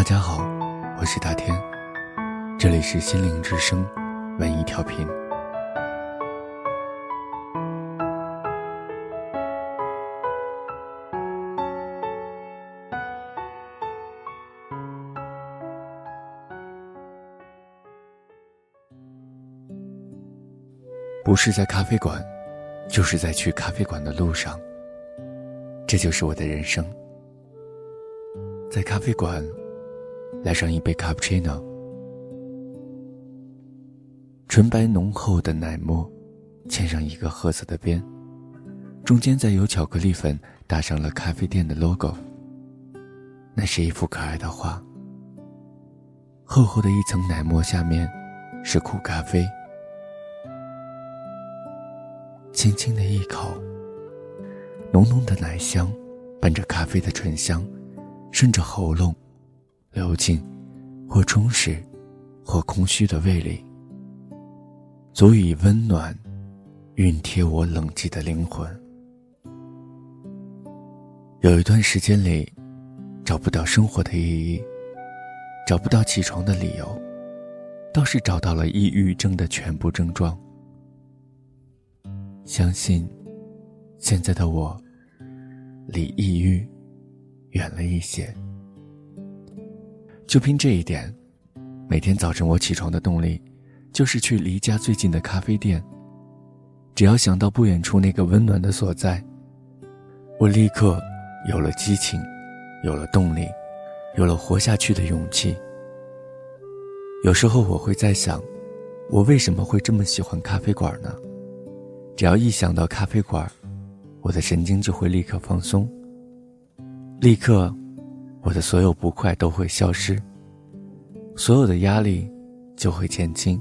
家好，我是大天，这里是心灵之声文艺调频。不是在咖啡馆，就是在去咖啡馆的路上，这就是我的人生。在咖啡馆来上一杯 cappuccino， 纯白浓厚的奶沫嵌上一个褐色的边，中间再由巧克力粉打上了咖啡店的 logo， 那是一幅可爱的画。厚厚的一层奶沫下面是苦咖啡，轻轻的一口，浓浓的奶香伴着咖啡的醇香，顺着喉咙流进或充实或空虚的胃里，足以温暖熨贴我冷寂的灵魂。有一段时间里找不到生活的意义，找不到起床的理由，倒是找到了抑郁症的全部症状。相信现在的我离抑郁远了一些。就凭这一点，每天早晨我起床的动力就是去离家最近的咖啡店。只要想到不远处那个温暖的所在，我立刻有了激情，有了动力，有了活下去的勇气。有时候我会在想，我为什么会这么喜欢咖啡馆呢？只要一想到咖啡馆，我的神经就会立刻放松，立刻我的所有不快都会消失，所有的压力就会减轻。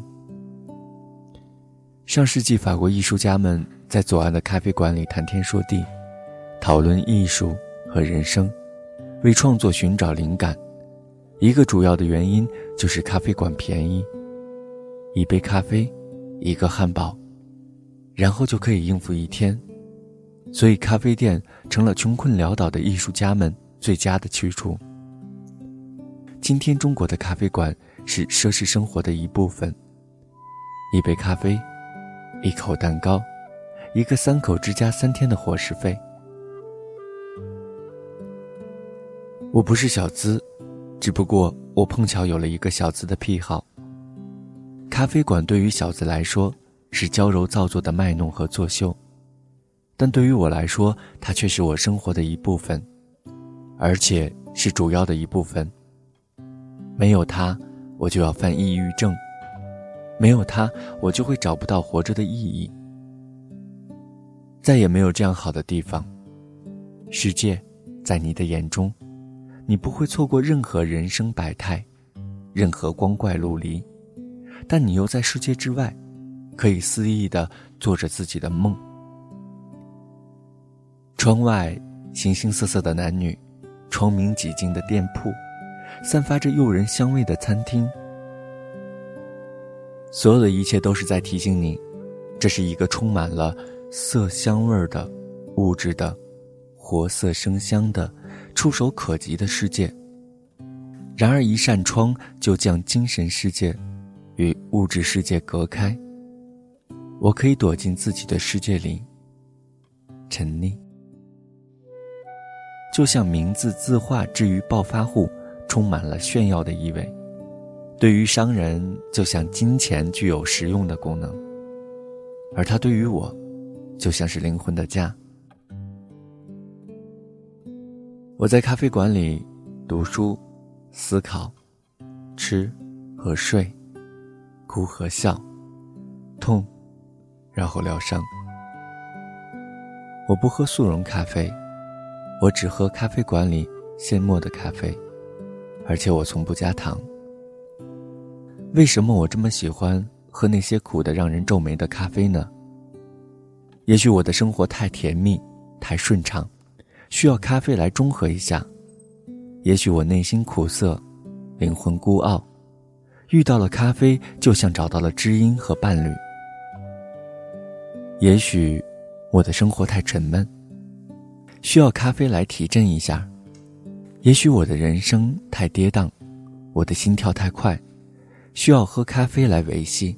上世纪法国艺术家们在左岸的咖啡馆里谈天说地，讨论艺术和人生，为创作寻找灵感。一个主要的原因就是咖啡馆便宜，一杯咖啡，一个汉堡，然后就可以应付一天。所以咖啡店成了穷困潦倒的艺术家们最佳的去处。今天中国的咖啡馆是奢侈生活的一部分，一杯咖啡，一口蛋糕，一个3口之家3天的伙食费。我不是小资，只不过我碰巧有了一个小资的癖好。咖啡馆对于小资来说是娇柔造作的卖弄和作秀，但对于我来说，它却是我生活的一部分，而且是主要的一部分。没有它，我就要犯抑郁症；没有它，我就会找不到活着的意义。再也没有这样好的地方。世界在你的眼中，你不会错过任何人生百态，任何光怪陆离，但你又在世界之外，可以肆意地做着自己的梦。窗外形形色色的男女，窗明几净的店铺，散发着诱人香味的餐厅。所有的一切都是在提醒你，这是一个充满了色香味的、物质的、活色生香的、触手可及的世界。然而一扇窗就将精神世界与物质世界隔开，我可以躲进自己的世界里沉溺。就像名字字画之于暴发户充满了炫耀的意味，对于商人就像金钱具有实用的功能，而它对于我就像是灵魂的家。我在咖啡馆里读书、思考、吃和睡，哭和笑，痛然后疗伤。我不喝速溶咖啡，我只喝咖啡馆里现磨的咖啡，而且我从不加糖。为什么我这么喜欢喝那些苦的让人皱眉的咖啡呢？也许我的生活太甜蜜，太顺畅，需要咖啡来中和一下。也许我内心苦涩，灵魂孤傲，遇到了咖啡就像找到了知音和伴侣。也许我的生活太沉闷，需要咖啡来提振一下。也许我的人生太跌宕， 我的心跳太快，需要喝咖啡来维系。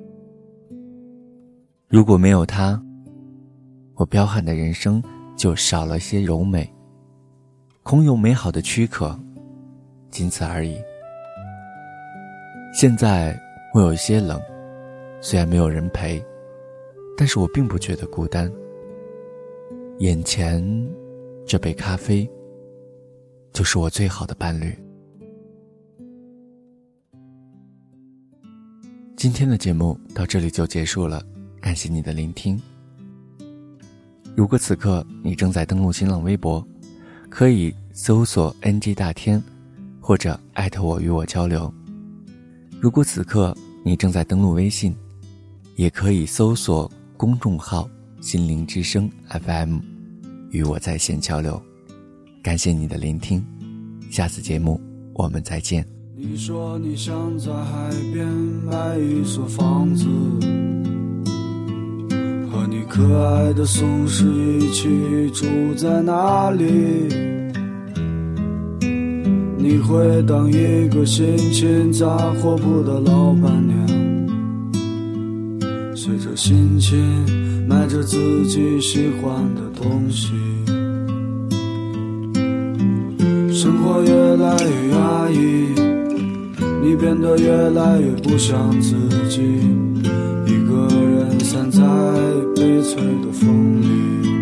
如果没有它，我彪悍的人生就少了些柔美，空有美好的躯壳，仅此而已。现在我有些冷，虽然没有人陪，但是我并不觉得孤单。眼前这杯咖啡就是我最好的伴侣。今天的节目到这里就结束了，感谢你的聆听。如果此刻你正在登录新浪微博，可以搜索 NG 大天，或者艾特我与我交流。如果此刻你正在登录微信，也可以搜索公众号心灵之声 FM 与我在线交流。感谢你的聆听，下次节目我们再见。 你说你想在海边买一所房子，和你可爱的松狮一起住在那里。你会当一个心情杂货铺的老板娘，随着心情买着自己喜欢的东西。生活越来越压抑，你变得越来越不像自己，一个人散在悲催的风里。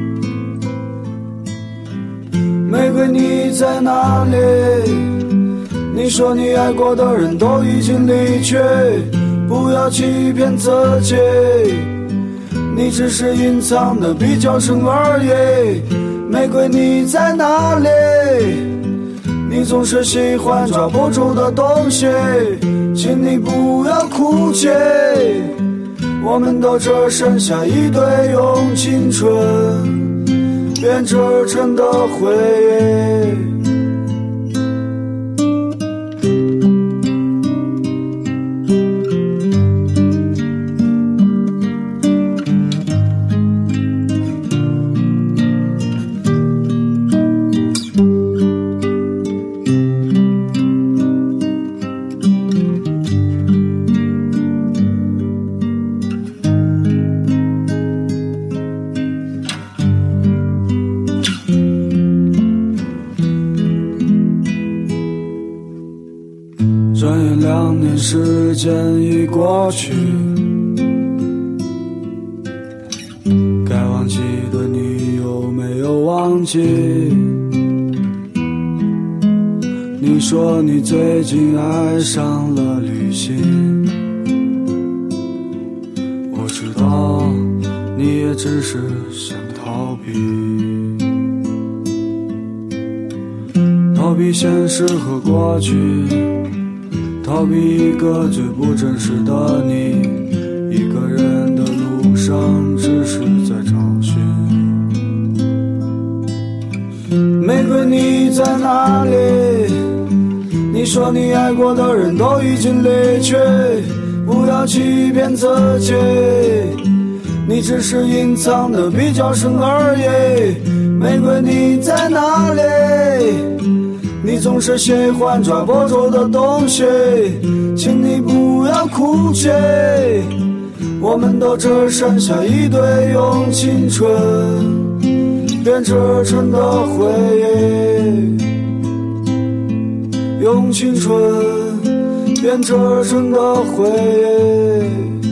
玫瑰你在哪里？你说你爱过的人都已经离去，不要欺骗自己，你只是隐藏的比较深而已。玫瑰你在哪里？你总是喜欢抓不住的东西，请你不要哭泣，我们都只剩下一堆用青春编织成的回忆。转眼2年时间已过去，该忘记的你有没有忘记？你说你最近爱上了旅行，我知道你也只是想逃避现实和过去，逃避一个最不真实的你，一个人的路上只是在找寻。玫瑰你在哪里？你说你爱过的人都已经离去，不要欺骗自己，你只是隐藏的比较深而已。玫瑰你在哪里？你总是喜欢抓不住的东西，请你不要哭泣，我们都只剩下一堆用青春编织成的回忆，用青春编织成的回忆。